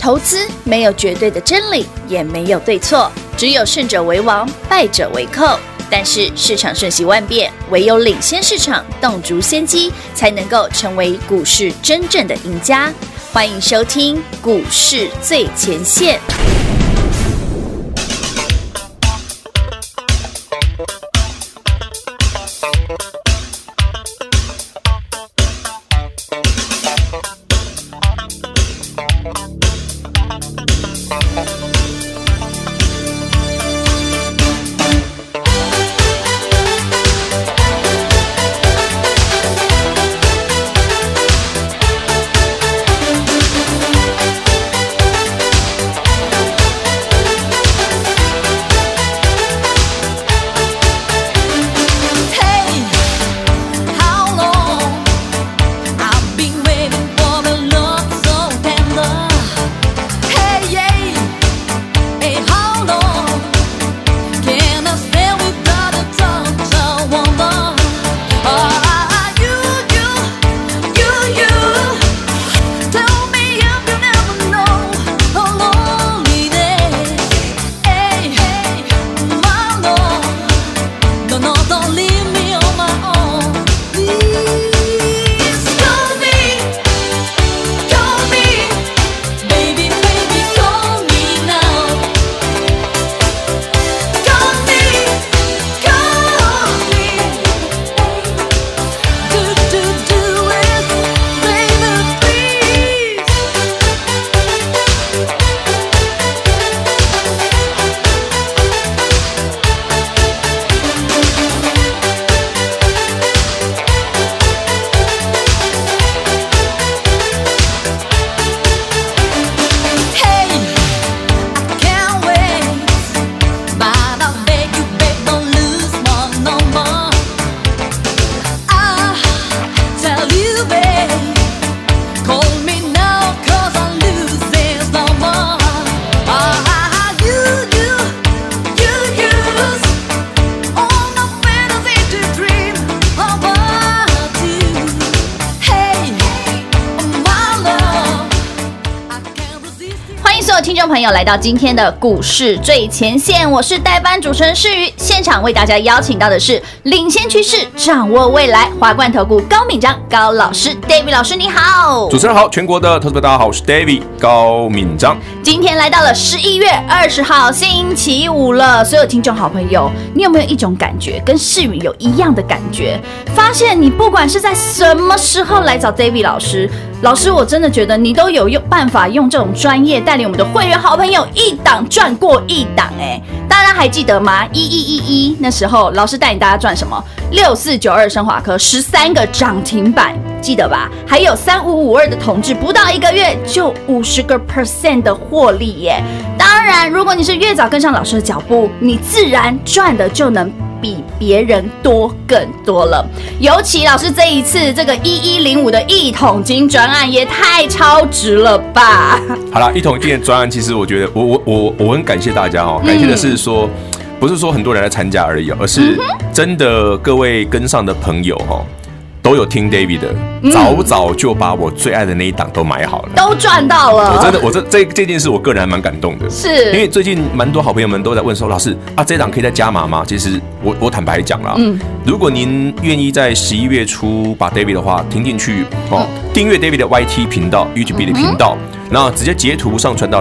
投资没有绝对的真理，也没有对错，只有胜者为王，败者为寇。但是市场瞬息万变，唯有领先市场，洞烛先机，才能够成为股市真正的赢家。欢迎收听股市最前线。听众朋友来到今天的股市最前线，我是代班主持人诗瑜，现场为大家邀请到的是领先趋势，掌握未来，华冠投顾高敏章高老师 ，David 老师你好。 主持人好，全国的投资者大家好，我是 David 高敏章。 今天来到了11月20号星期五了，所有听众好朋友，你有没有一种感觉，跟诗瑜有一样的感觉？发现你不管是在什么时候来找 David 老师，我真的觉得你都有办法用这种专业带领我们的会员好朋友一档赚过一档大家还记得吗？1111那时候老师带领大家赚什么？6492生华科13个涨停板，记得吧？还有3552的统治，不到1个月就50% 的获利耶！当然，如果你是越早跟上老师的脚步，你自然赚的就能比别人多更多了。尤其老师这一次这个1105的一桶金专案也太超值了吧！ 好啦，一桶金的专案，其实我觉得我很感谢大家感谢的是说，不是说很多人来参加而已而是真的各位跟上的朋友都有听 David 的，早就把我最爱的那一档都买好了， 都赚到了。 这件事我个人还蛮感动的， 是因为最近蛮多好朋友们都在问说，老师啊，这一档可以再加码吗？其实我坦白讲啦，如果您愿意在11月初把 David 的话听进去订阅 David 的 YT 频道、YouTube 的频道，然后直接截图上传到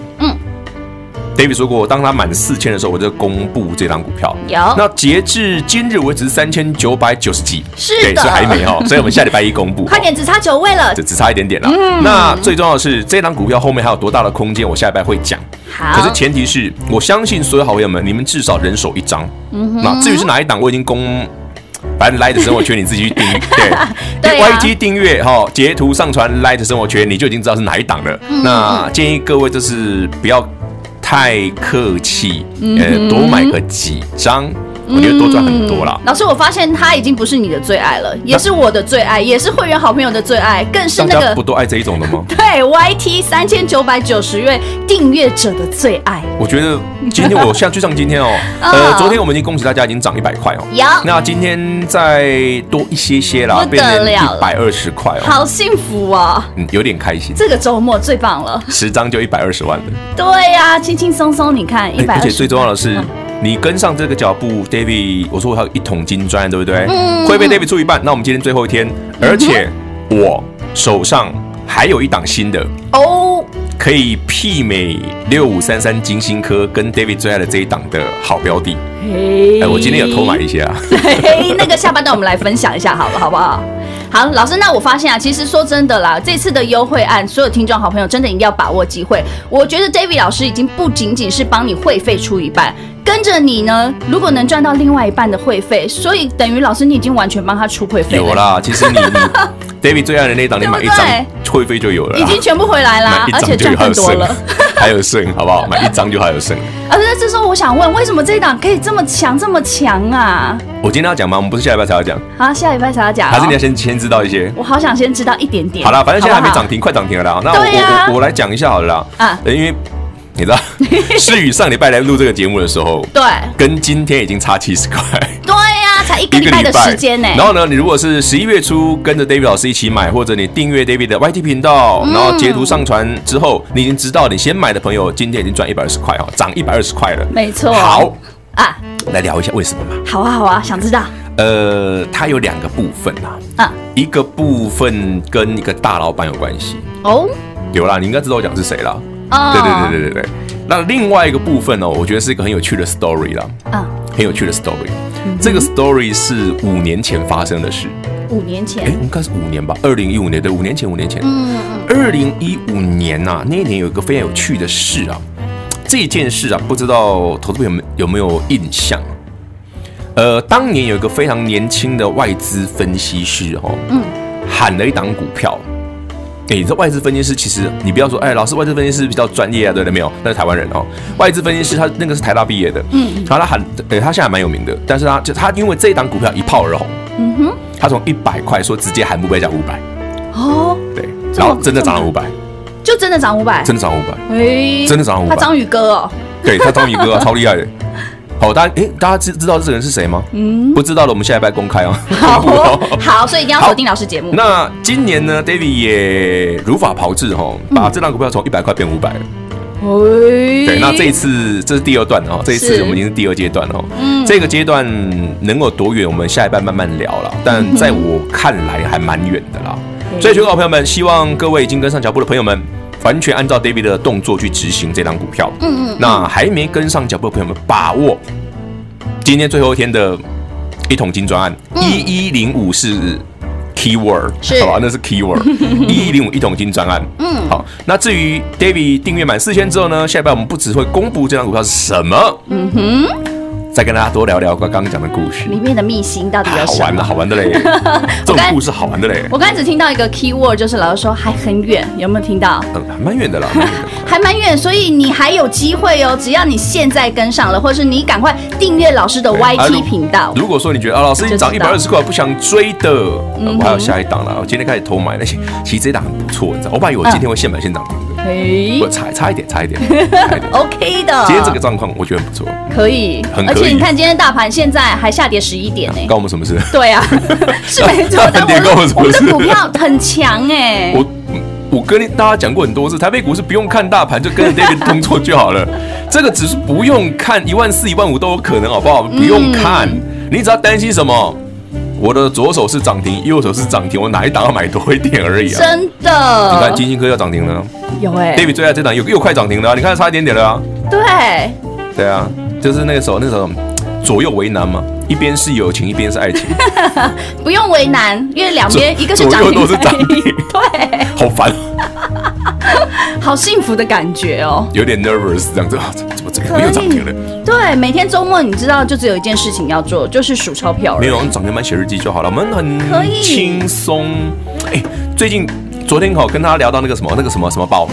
Light。David 说过，当他满4000的时候，我就公布这档股票。 有， 那截至今日为止3990几， 是的， 所以还没所以我们下礼拜一公布， 快点，只差9位了， 只差一点点了。那最重要的是，这档股票后面还有多大的空间，我下礼拜会讲。 好， 可是前提是我相信所有好朋友们，你们至少人手一张。那至于是哪一档，我已经反正 Light 生活圈你自己去订，对，YT 订阅截图上传 Light 生活圈，你就已经知道是哪一档了。那建议各位就是不要太客气，多买个几张我觉得多赚很多啦。 老师，我发现他已经不是你的最爱了，也是我的最爱，也是会员好朋友的最爱，更是那个大家不都爱这一种的吗？ 对 YT 3990月订阅者的最爱。 我觉得今天就像今天昨天我们已经恭喜大家已经涨100块哦。 有。 那今天再多一些啦，变成120块哦。 好幸福哦。 有点开心。 这个周末最棒了 ，10张就120万了。 对呀，轻轻松松，你看120万。 而且最重要的是，你跟上这个脚步 ，David， 我说我还有一桶金专，对不对？会被 David 出一半。那我们今天最后一天，而且我手上还有一档新的哦，可以媲美6533金星科跟 David 最爱的这一档的好标的。我今天有偷买一些啊。 那个下半段我们来分享一下好了，好不好？好，老师，那我发现啊，其实说真的啦，这次的优惠案，所有听众好朋友真的一定要把握机会。我觉得 David 老师已经不仅仅是帮你会费出一半，跟着你呢，如果能赚到另外一半的会费，所以等于老师你已经完全帮他出会费了。 有啦，其实你David 最爱的那一档，你买一张会费就有了， 已经全部回来啦，而且赚更多了， 还有剩，好不好？买一张就还有剩。 而且这时候我想问，为什么这一档可以这么强啊？ 我今天要讲吗？我们不是下礼拜才要讲？ 好，下礼拜才要讲。 还是你要先知道一些？ 我好想先知道一点点。 好啦，反正现在还没涨停，快涨停了啦。那我来讲一下好了啦。啊，因为你知道，诗雨上礼拜来录这个节目的时候，对，跟今天已经差70块。 对呀，才一个礼拜的时间呢。 然后呢，你如果是11月初跟着 David 老师一起买，或者你订阅 David 的 YT 频道，然后截图上传之后，你已经知道你先买的朋友今天已经赚120块哈，涨120块了。 没错。 好啊，来聊一下为什么嘛？ 好啊，好啊，想知道。 它有2个部分啊，一个部分跟一个大老板有关系哦。有啦，你应该知道我讲是谁啦。对。那另外一个部分我觉得是一个很有趣的 story 啦，很有趣的 story。这个 story 是5年前发生的事。 5年前？ 应该是5年吧，2015年，对，5年前。2015年呐，那一年有一个非常有趣的事啊。这件事啊，不知道投资朋友有没有印象？当年有一个非常年轻的外资分析师喊了一档股票。这外资分析师其实你不要说，老师外资分析师比较专业啊，对不对？没有，那是台湾人哦。外资分析师他那个是台大毕业的，然后他现在还蛮有名的，但是他因为这一档股票一炮而红，他从100块说直接喊目标价500，哦，对，然后真的涨了500， 就真的涨500， 真的涨500，真的涨了500。 他章鱼哥哦， 对，他章鱼哥超厉害的。好，大家知道这个人是谁吗？不知道的，我们下礼拜公开哦。 好，所以一定要锁定老师节目。 那今年呢 ，David 也如法炮制把这档股票从100块变500了。对，那这一次这是第2段这一次我们已经是第2阶段了。这个阶段能有多远，我们下一半慢慢聊了。但在我看来还蛮远的啦。所以，全国好朋友们，希望各位已经跟上脚步的朋友们，完全按照 David 的动作去执行这档股票。那还没跟上脚步的朋友们，把握今天最后一天的一桶金专案，1105是 keyword， 好吧，那是 keyword，1105一桶金专案。好，那至于 David 订阅满4000之后呢，下一半我们不只会公布这档股票是什么，再跟大家多聊聊刚刚讲的故事， 里面的秘辛到底有什么？ 好玩的嘞，这种故事好玩的嘞。 我刚才只听到一个 keyword， 就是老师说还很远，有没有听到？ 还蛮远的啦， 还蛮远，所以你还有机会哦，只要你现在跟上了，或者是你赶快订阅老师的 YT 频道。 如果说你觉得老师你涨120块不想追的，我还有下一档啦，我今天开始偷买了，其实这档很不错，你知道，我本来以为我今天会现买现涨停的，我差一点 ，OK 的。 今天这个状况我觉得很不错， 可以，而且你看今天大盘现在还下跌11点呢， 关我们什么事？ 对啊，是没错，但我们的股票很强哎。 我跟大家讲过很多次，台北股市不用看大盘，就跟着 David 的动作就好了。这个只是不用看14000、15000都有可能，好不好？不用看，你只要担心什么？我的左手是涨停，右手是涨停，我哪一档要买多一点而已啊！ 真的， 你看金星科要涨停了， 有 David 最爱这档又快涨停了，你看差一点点了啊！对啊，就是那时候左右为难嘛，一边是友情，一边是爱情， 不用为难，因为两边一个是涨停， 左右都是涨停， 对， 好烦， 好幸福的感觉哦， 有点 nervous 这样子，怎么这个又涨停了？ 对，每天周末你知道就只有一件事情要做，就是数钞票。 没有，我们涨停板写日记就好了，我们很轻松。最近昨天跟他聊到那个什么包。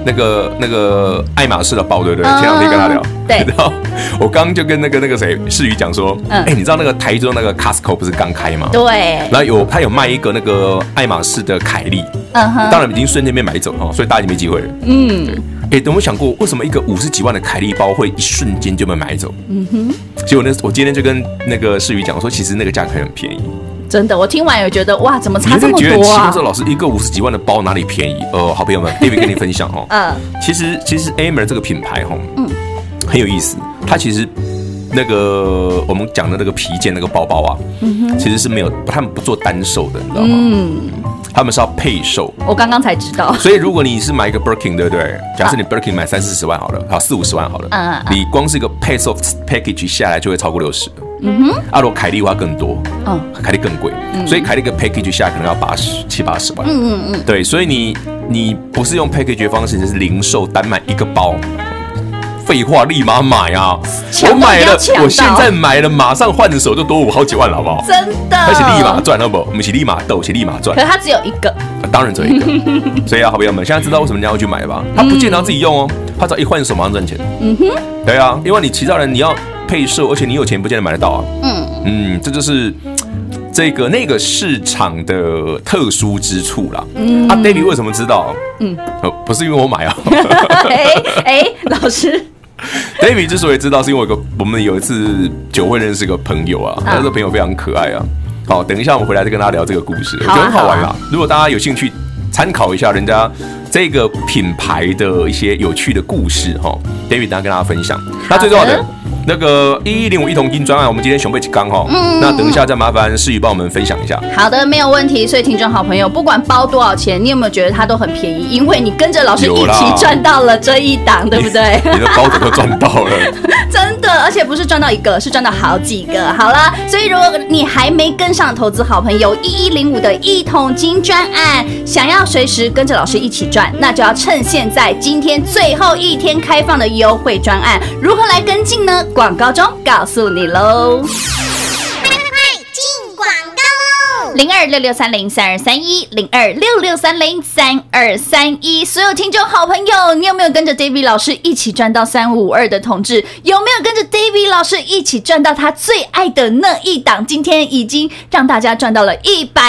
那个爱马仕的包，对不对？前两天跟他聊， 对。 然后我刚就跟那个谁世宇讲说，你知道那个台中那个 Costco 不是刚开吗？ 对。 然后他有卖一个那个爱马仕的凯利，当然已经瞬间被买走所以大家已经没机会了。有没有想过为什么一个50几万的凯利包会一瞬间就被买走？结果我今天就跟那个世宇讲说，其实那个价格很便宜。 真的，我听完也觉得哇，怎么差这么多啊？ 觉得奇怪，说老师一个50几万的包哪里便宜？好朋友们 ，David 跟你分享其实 Amer 这个品牌很有意思，它其实那个我们讲的那个皮件那个包包啊，其实是没有，他们不做单售的，你知道吗？他们是要配售。 我刚刚才知道。 所以如果你是买一个 Birkin， 对不对？假设你 Birkin 买30-40万好了，好40-50万好了，你光是一个配售 package 下来就会超过60。如果凯利的话更多，凯利更贵，所以凯利一个 package 下来可能要70-80万。对，所以你不是用 package 的方式，你是零售单买一个包。废话，立马买啊！我买了，我现在买了，马上换手就多我好几万了，好不好？ 真的， 而且立马赚，好不好？我们是立马斗，是立马赚。 可是它只有一个， 当然只有一个。所以好朋友们，现在知道为什么人家要去买了吧？他不见得要自己用哦，他只要一换手马上赚钱。对啊，因为你其他人你要配售，而且你有钱不见得买得到啊。这就是那个市场的特殊之处啦。David 为什么知道？不是因为我买啊。 老师。 David 之所以知道，是因为我们有一次酒会认识个朋友啊，他这个朋友非常可爱啊。好，等一下我们回来再跟大家聊这个故事，我觉得很好玩啦。如果大家有兴趣参考一下人家这个品牌的一些有趣的故事，David 等一下跟大家分享。那最重要的那个1105一同金专案，我们今天准备刚那等一下再麻烦世宇帮我们分享一下。 好的，没有问题。所以听众好朋友，不管包多少钱，你有没有觉得它都很便宜？因为你跟着老师一起赚到了这一档，对不对？ 你的包子都赚到了， 真的，而且不是赚到一个，是赚到好几个。好了，所以如果你还没跟上投资好朋友1105的一桶金专案，想要随时跟着老师一起赚，那就要趁现在今天最后一天开放的优惠专案。如何来跟进呢？广告中告诉你喽。0266303231，0266303231，所有听众好朋友，你有没有跟着 David 老师一起赚到352的同志？有没有跟着 David 老师一起赚到他最爱的那一档？今天已经让大家赚到了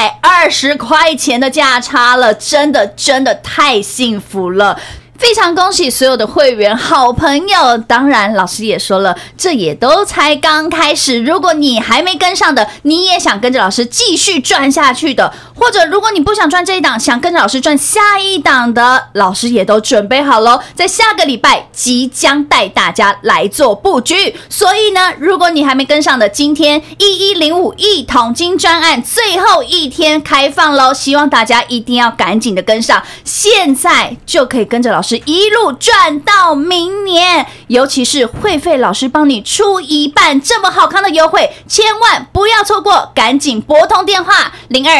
120块钱的价差了，真的太幸福了。非常恭喜所有的会员好朋友，当然老师也说了，这也都才刚开始。如果你还没跟上的，你也想跟着老师继续赚下去的，或者如果你不想赚这一档，想跟着老师赚下一档的，老师也都准备好咯，在下个礼拜即将带大家来做布局。所以呢，如果你还没跟上的，今天1105一桶金专案最后一天开放咯，希望大家一定要赶紧的跟上，现在就可以跟着老师一路赚到明年，尤其是会费老师帮你出一半，这么好康的优惠，千万不要错过，赶紧拨通电话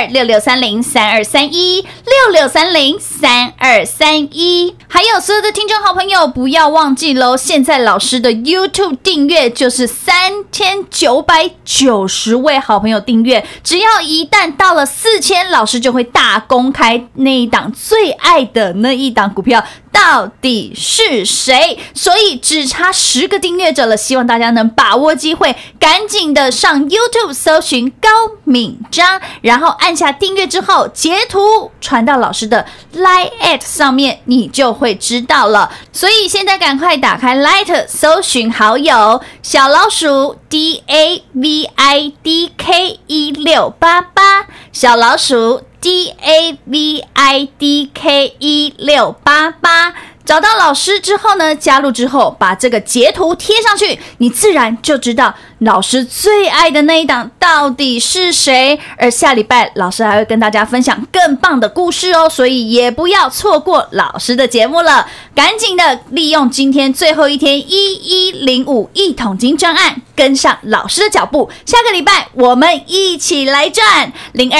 0266303231，66303231。还有所有的听众好朋友，不要忘记咯，现在老师的 YouTube 订阅就是3990位好朋友订阅，只要一旦到了4000，老师就会大公开那一档最爱的那一档股票到底是谁，所以只差10个订阅者了，希望大家能把握机会，赶紧的上 YouTube 搜寻高敏章，然后按下订阅之后截图传到老师的 Line@ 上面，你就会知道了。所以现在赶快打开 Line 搜寻好友小老鼠 DAVIDK1688， 小老鼠DAVIDK1688， 找到老师之后呢，加入之后把这个截图贴上去，你自然就知道老师最爱的那一档到底是谁。而下礼拜老师还会跟大家分享更棒的故事哦，所以也不要错过老师的节目了，赶紧的利用今天最后一天1105一桶金专案，跟上老师的脚步，下个礼拜我们一起来赚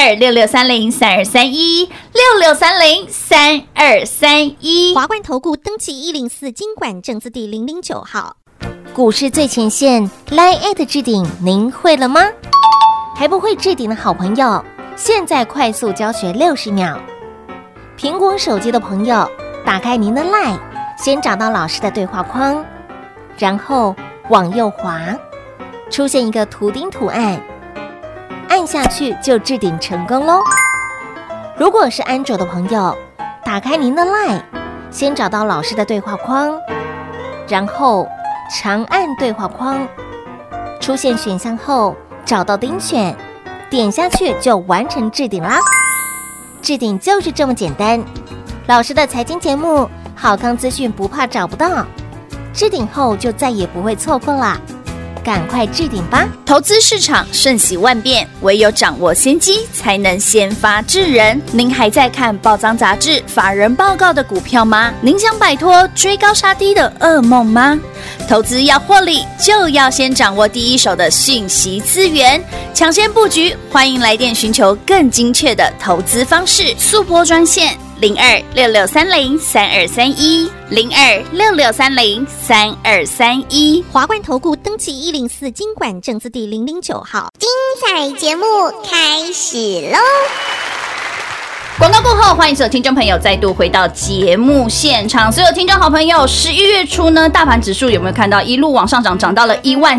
0266303231，66303231。 华冠投顾登记104金管证字第009号。 股市最前线 Line@ 置顶，您会了吗？还不会置顶的好朋友，现在快速教学60秒。苹果手机的朋友，打开您的 Line， 先找到老师的对话框，然后往右滑，出现一个图钉图案，按下去就置顶成功咯。如果是安卓的朋友，打开您的 LINE， 先找到老师的对话框，然后长按对话框，出现选项后找到钉选，点下去就完成置顶啦。置顶就是这么简单，老师的财经节目好康资讯不怕找不到，置顶后就再也不会错过啦，赶快置顶吧！ 投资市场瞬息万变，唯有掌握先机，才能先发制人。您还在看报章杂志、法人报告的股票吗？您想摆脱追高杀低的噩梦吗？投资要获利，就要先掌握第一手的讯息资源，抢先布局。欢迎来电寻求更精确的投资方式，速拨专线02-6630-3231，02-6630-3231。 华冠投顾登记104金管证字第009号。精彩节目开始喽！ 广告过后，欢迎所有听众朋友再度回到节目现场。所有听众好朋友，11月初呢，大盘指数有没有看到一路往上涨，涨到了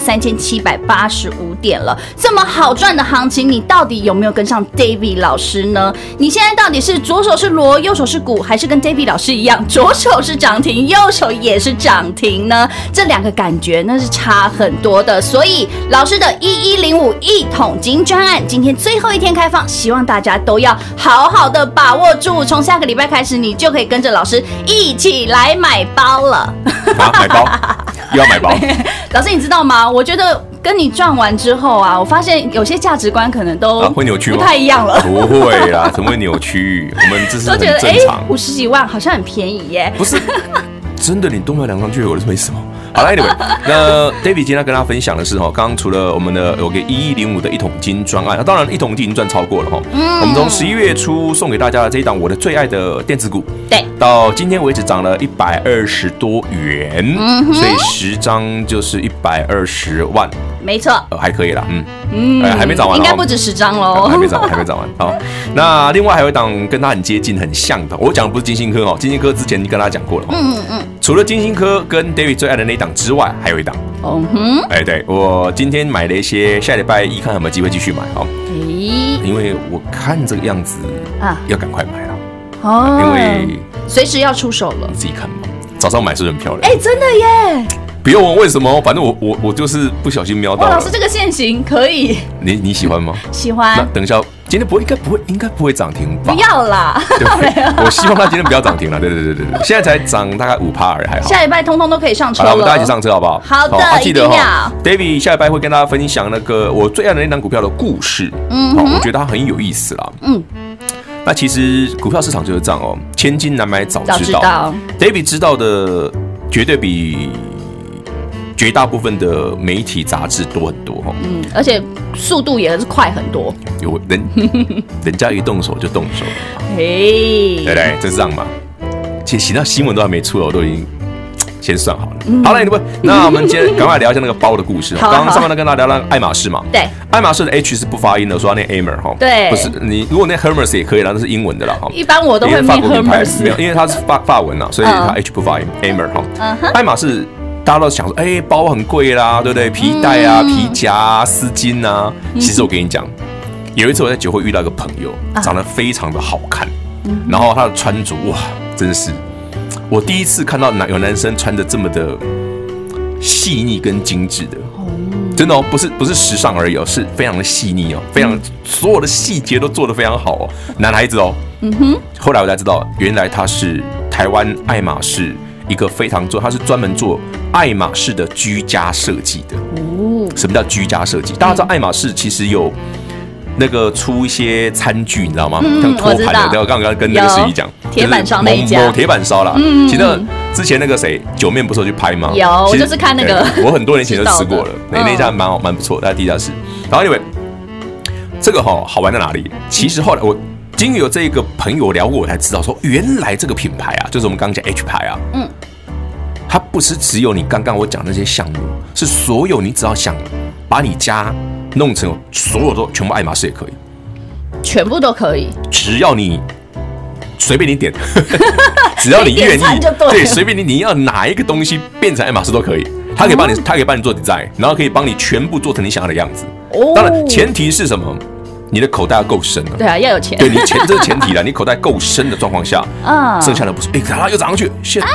13785点了？这么好赚的行情，你到底有没有跟上 David 老师呢？你现在到底是左手是锣，右手是鼓，还是跟 David 老师一样，左手是涨停，右手也是涨停呢？这两个感觉那是差很多的。所以老师的1105一桶金专案今天最后一天开放，希望大家都要好好的把握住，从下个礼拜开始，你就可以跟着老师一起来买包了。 买包又要买包。 老师，你知道吗？我觉得跟你赚完之后啊，我发现有些价值观可能都会扭曲吗？ 不太一样了。 不会啦，怎么会扭曲？我们这是很正常。 50几万好像很便宜耶。 不是真的，你动了2上去，我就没什么。好了 ，anyway， 那 David 今天要跟大家分享的是刚刚除了我们的有个1105的一桶金专案，那当然一桶金已经赚超过了我们从11月初送给大家的这一档我的最爱的电子股， 对， 到今天为止涨了120多元，所以10张就是120万， 没错， 还可以啦，还没涨完， 应该不止10张喽， 还没涨完。好，那另外还有一档跟它很接近、很像的，我讲的不是金星科金星科之前跟大家讲过了，除了金星科跟 David 最爱的那一档之外，还有一档，对，我今天买了一些，下礼拜一看有没有机会继续买因为我看这个样子要赶快买了，因为随时要出手了， 你自己看嘛，早上买是很漂亮， 真的耶。 不用问为什么，反正我就是不小心瞄到了。 老师这个现行可以， 你喜欢吗？ 喜欢。 那等一下，今天应该不会涨停吧？ 不要啦， 我希望它今天不要涨停了。对，现在才涨大概5%而已，还好。 下礼拜通通都可以上车了。 好了，我们大家一起上车好不好？ 好的， 记得David 下礼拜会跟大家分享那个我最爱的那档股票的故事。我觉得它很有意思啦。那其实股票市场就是这样千金难买早知道。David 知道的绝对比绝大部分的媒体杂志多很多而且速度也是快很多。 有人家一动手就动手， 对不对？这是这样嘛？其实那新闻都还没出，我都已经先算好了。好了，那我们今天赶快聊一下那个包的故事。刚刚上面跟大家聊到爱马仕嘛， 对， 爱马仕的 H 是不发音的，说那 Amer 对， 不是你如果那 Hermes 也可以啦，那是英文的啦一般我都会念 Hermes， 没有，因为它是法文所以它 H 不发音 Amer 爱马仕。大家都想说，包很贵啦，对不对？皮带啊、皮夹啊、丝巾啊。其实我跟你讲，有一次我在酒会遇到一个朋友，长得非常的好看，然后他的穿着哇，真是我第一次看到有男生穿的这么的细腻跟精致的，真的不是时尚而已是非常的细腻非常所有的细节都做得非常好男孩子后来我才知道，原来他是台湾爱马仕一个非常他是专门做爱马仕的居家设计的。什么叫居家设计？大家知道爱马仕其实有那个出一些餐具，你知道吗？像托盘的，我刚刚跟那个司仪讲， 铁板烧那一家， 某铁板烧啦。其实之前那个谁九面不是有去拍吗？ 有，我就是看那个， 我很多年前就吃过了，那家蛮不错，在地下室。然后anyway，这个好玩在哪里？其实后来我经由这个朋友聊过，我才知道说，原来这个品牌就是我们刚刚讲 H 牌它不是只有你刚刚我讲那些项目，是所有你只要想把你家弄成所有都全部爱马仕也可以， 全部都可以， 只要你随便你点，只要你愿意， 对， 随便你要哪一个东西变成爱马仕都可以，他可以帮你做 design， 然后可以帮你全部做成你想要的样子。当然，前提是什么？你的口袋要够深了。 对啊，要有钱。 对你钱这是前提了，你口袋够深的状况下，剩下的不是，它又涨上去，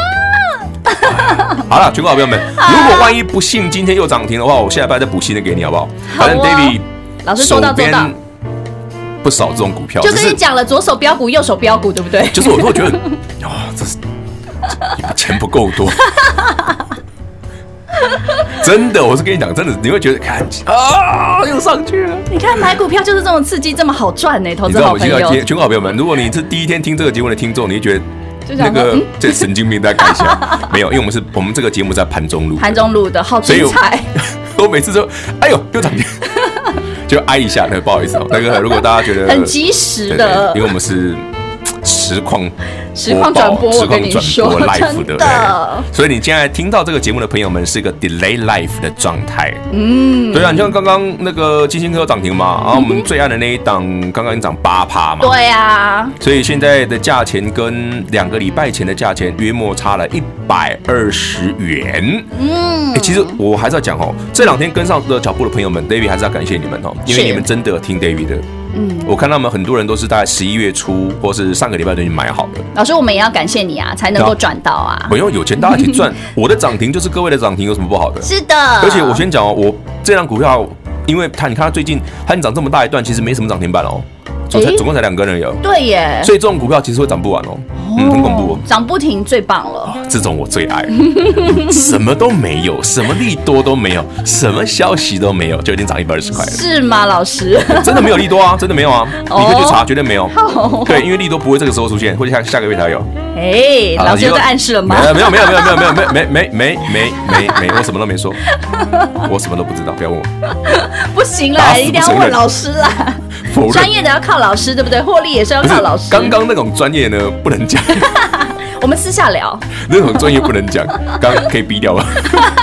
好了，全国好朋友们，如果万一不幸今天又涨停的话，我下礼拜再补新的给你好不好？反正 David 老师说到做到。 不少这种股票， 就跟你讲了，左手标股，右手标股，对不对？ 就是我都会觉得，这是钱不够多，真的，我是跟你讲，真的，你会觉得看又上去了。 你看买股票就是这种刺激，这么好赚呢，投资好朋友。 全国好朋友们，如果你是第一天听这个节目的听众，你会觉得那个这神经病在干笑，没有，因为我们这个节目在盘中录的，好精彩。我每次都哎呦又涨停。就挨一下，不好意思那个如果大家觉得很及时的， 因为我们是实况转播，我跟你说 live 的，所以你现在听到这个节目的朋友们是一个 delay live 的状态。对啊，你像刚刚那个金星科涨停嘛，然后我们最爱的那一档刚刚涨8%嘛。 对啊， 所以现在的价钱跟2个礼拜前的价钱约莫差了120元。其实我还是要讲这2天跟上的脚步的朋友们 ，David 还是要感谢你们因为你们真的有听 David 的。我看他们很多人都是大概11月初或是上个礼拜就已经买好了。 老师，我们也要感谢你啊，才能够赚到啊！ 不用有钱大家一起赚，我的涨停就是各位的涨停，有什么不好的？ 是的。 而且我先讲我这张股票，因为你看它最近它涨这么大一段，其实没什么涨停板总共才2根而已。 对耶。 所以这种股票其实会涨不完很恐怖涨不停最棒了。 这种我最爱，什么都没有，什么利多都没有，什么消息都没有，就已经涨120块了。 是吗，老师？ 真的没有利多啊，真的没有啊，你可以去查，绝对没有。对，因为利多不会这个时候出现，会下个月才有。 老师又在暗示了吗？ 没有，我什么都没说，我什么都不知道，不要问我。 不行啦，一定要问老师啦。专业的要靠老师，对不对？获利也是要靠老师。 刚刚那种专业呢，不能讲。 我们私下聊。 那种专业不能讲，刚可以逼掉吗？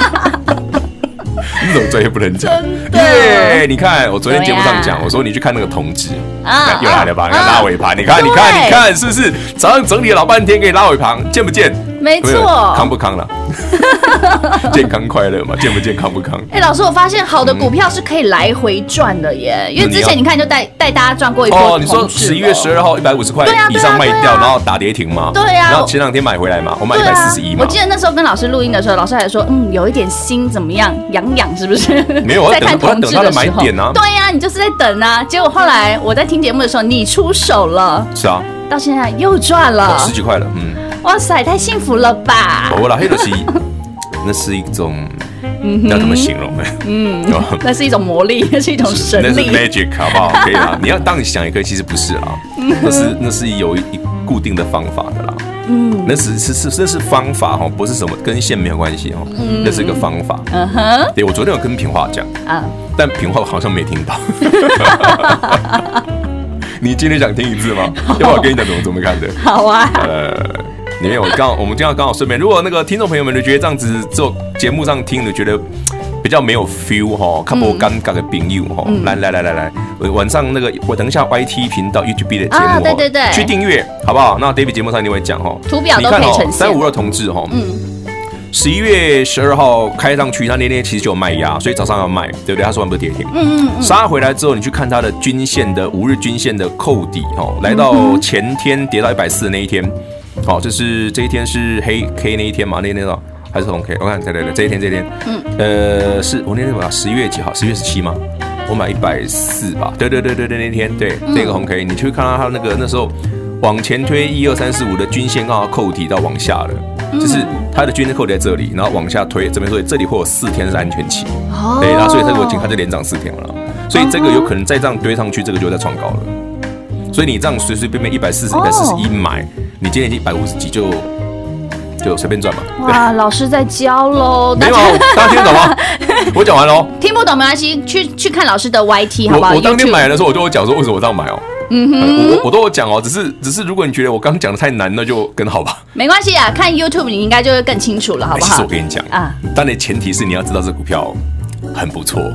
那种专业不能讲。对，你看我昨天节目上讲，我说你去看那个同志又来了吧？你看拉尾盘，你看是不是？早上整理了老半天，给你拉尾盘，健不健？ 没错， 康不康了？健康快乐嘛，健不健康不康？ 老师，我发现好的股票是可以来回赚的耶，因为之前你看就带大家赚过一波。 你说11月12号150块以上卖掉，然后打跌停嘛？ 对啊。 然后前2天买回来嘛，我买141嘛。 我记得那时候跟老师录音的时候，老师还说，有一点心怎么样，痒是不是？ 没有，我在等他的买点啊。 对呀，你就是在等啊。结果后来我在听节目的时候，你出手了。 是啊。 到现在又赚了 10几块了， 哇塞，太幸福了吧！ 我啦，那是一种，要怎么形容呢？ 那是一种魔力，那是一种神力， 那是 magic， 好不好？可以啦，你要当你想也可以，其实不是啦，那是有一固定的方法的啦。那是方法不是什么跟线没有关系那是一个方法。对，我昨天有跟平华讲但平华好像没听到。你今天想听一次吗？要不要我跟你讲怎么看的？ 好啊。 里面我们今天刚好顺便，如果那个听众朋友们觉得这样子做节目上听的觉得比较没有 feel 看不尴尬的朋友来，晚上那个我等一下 YT 频道 YouTube 的节目对， 去订阅好不好？那 David 节目上一定会讲图表都可以呈现。 352同志11月12号开上去，他那天其实就有卖压，所以早上要卖，对不对？他说完不是跌停，杀回来之后，你去看他的均线的5日均线的扣底来到前天跌到140的那一天，就是这一天是黑 K 那一天嘛？那一天还是红 K？ 我看对，这一天，是我那天11月几号？10月17吗？我买140吧？对，那天对那个红 K， 你去看到他那时候往前推1、2、3、4、5的均线刚好扣底到往下了。就是它的均线扣在这里，然后往下推，这边说这里会有4天是安全期，对，然后所以这个它就连涨4天了，所以这个有可能再这样堆上去，这个就在创高了。所以你这样随随便便140、141买，你今天已经150几就随便赚嘛。 哇，老师在教喽， 没有，大家听得懂吗？我讲完喽。 听不懂没关系，去看老师的 YT 好不好？ 我当天买的时候，我就有讲说为什么我这样买我都有讲只是如果你觉得我刚讲的太难，那就跟好吧。 没关系啊，看 YouTube 你应该就会更清楚了，好不好？ 其实我跟你讲但你前提是你要知道这股票很不错，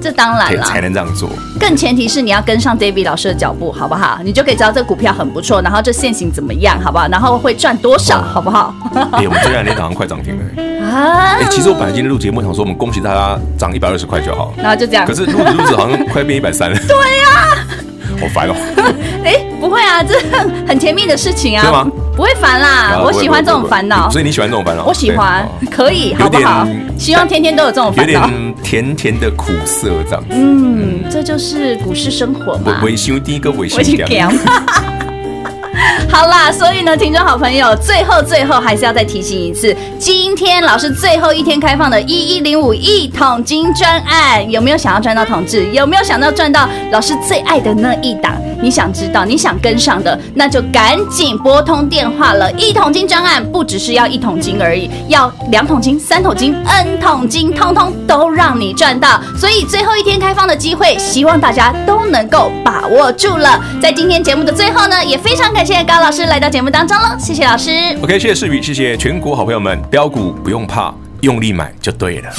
这当然啦， 才能这样做。 更前提是你要跟上 David 老师的脚步，好不好？你就可以知道这股票很不错，然后这现行怎么样，好不好？然后会赚多少，好不好？ 我们最近那档快涨停了啊！ 其实我本来今天录节目想说，我们恭喜大家涨120块就好， 然后就这样。 可是录着好像快变130了。对呀，好烦哦。 不会啊，这很甜蜜的事情啊。 对吗？ 不会烦啦，我喜欢这种烦恼。 所以你喜欢这种烦恼？ 我喜欢，可以，好不好？希望天天都有这种烦恼。 有点甜甜的苦涩这样子。 这就是股市生活嘛。 维修第一个维修点。 好啦，所以呢，听众好朋友，最后还是要再提醒一次，今天老师最后一天开放的1105一桶金专案，有没有想要赚到统治？有没有想要赚到老师最爱的那一档？你想知道，你想跟上的，那就赶紧拨通电话了。一桶金专案不只是要1桶金而已，要2桶金、3桶金、N 桶金，通通都让你赚到。所以最后一天开放的机会，希望大家都能够把握住了。在今天节目的最后呢，也非常感谢高老师来到节目当中了，谢谢老师。 OK， 谢谢世宇，谢谢全国好朋友们，标股不用怕，用力买就对了。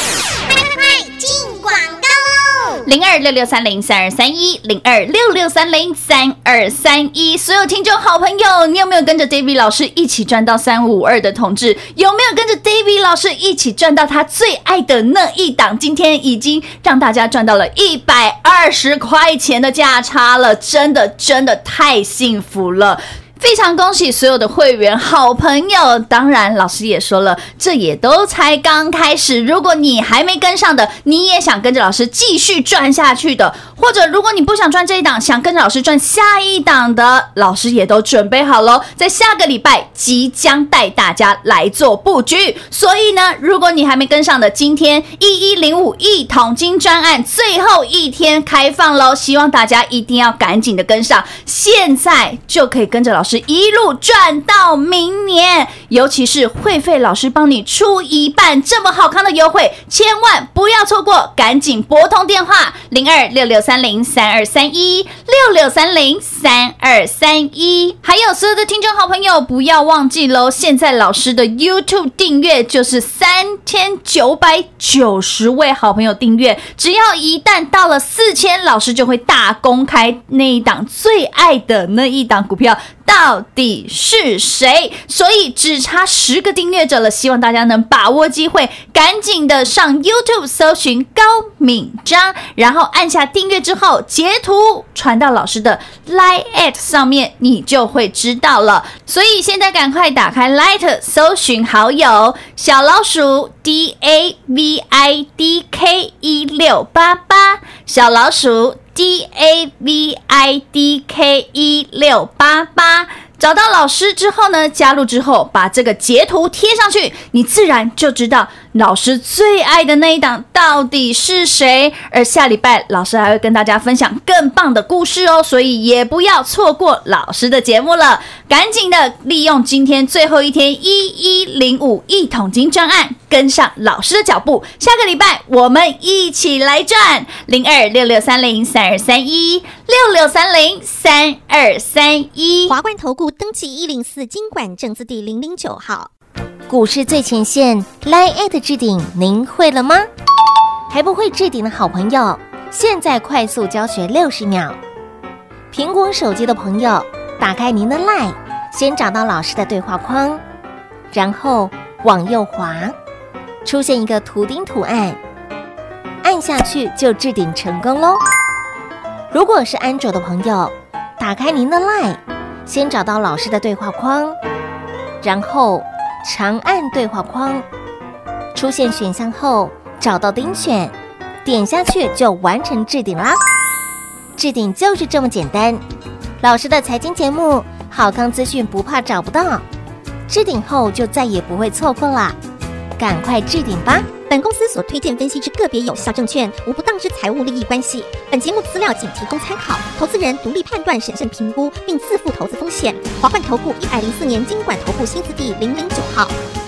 0266303231，0266303231，所有听众好朋友，你有没有跟着 David 老师一起赚到352的统治？有没有跟着 David 老师一起赚到他最爱的那一档？今天已经让大家赚到了120块钱的价差了，真的太幸福了。非常恭喜所有的会员好朋友，当然老师也说了，这也都才刚开始。如果你还没跟上的，你也想跟着老师继续赚下去的，或者如果你不想赚这一档，想跟着老师赚下一档的，老师也都准备好了，在下个礼拜即将带大家来做布局。所以呢，如果你还没跟上的，今天1105一桶金专案最后一天开放咯，希望大家一定要赶紧的跟上，现在就可以跟着老师一路赚到明年，尤其是会费老师帮你出一半，这么好康的优惠，千万不要错过，赶紧拨通电话0266303231，66303231，还有所有的听众好朋友不要忘记咯，现在老师的 YouTube 订阅就是3990位好朋友订阅，只要一旦到了4000，老师就会大公开那一档最爱的那一档股票到底是谁，所以只差10个订阅者了，希望大家能把握机会，赶紧的上 YouTube 搜寻高敏章，然后按下订阅之后截图传到老师的 Line@ 上面，你就会知道了。所以现在赶快打开 Line 搜寻好友小老鼠 DAVIDK1688， 小老鼠DAVIDK1688， 找到老师之后呢，加入之后把这个截图贴上去，你自然就知道老师最爱的那一档到底是谁。而下礼拜老师还会跟大家分享更棒的故事哦，所以也不要错过老师的节目了，赶紧的利用今天最后一天1105一桶金专案，跟上老师的脚步，下个礼拜我们一起来赚0266303231，66303231。 华冠投顾登记104金管证字第009号。 股市最前线 Line@ 置顶，您会了吗？还不会置顶的好朋友，现在快速教学60秒。苹果手机的朋友，打开您的 Line， 先找到老师的对话框，然后往右滑，出现一个图钉图案，按下去就置顶成功咯。如果是安卓的朋友，打开您的 Line， 先找到老师的对话框，然后长按对话框，出现选项后找到钉选，点下去就完成置顶啦。置顶就是这么简单，老师的财经节目好康资讯不怕找不到，置顶后就再也不会错过啦，赶快置顶吧。 本公司所推荐分析之个别有效证券，无不当之财务利益关系。本节目资料仅提供参考，投资人独立判断、审慎评估，并自负投资风险。华冠投顾104年金管投顾新字第009号。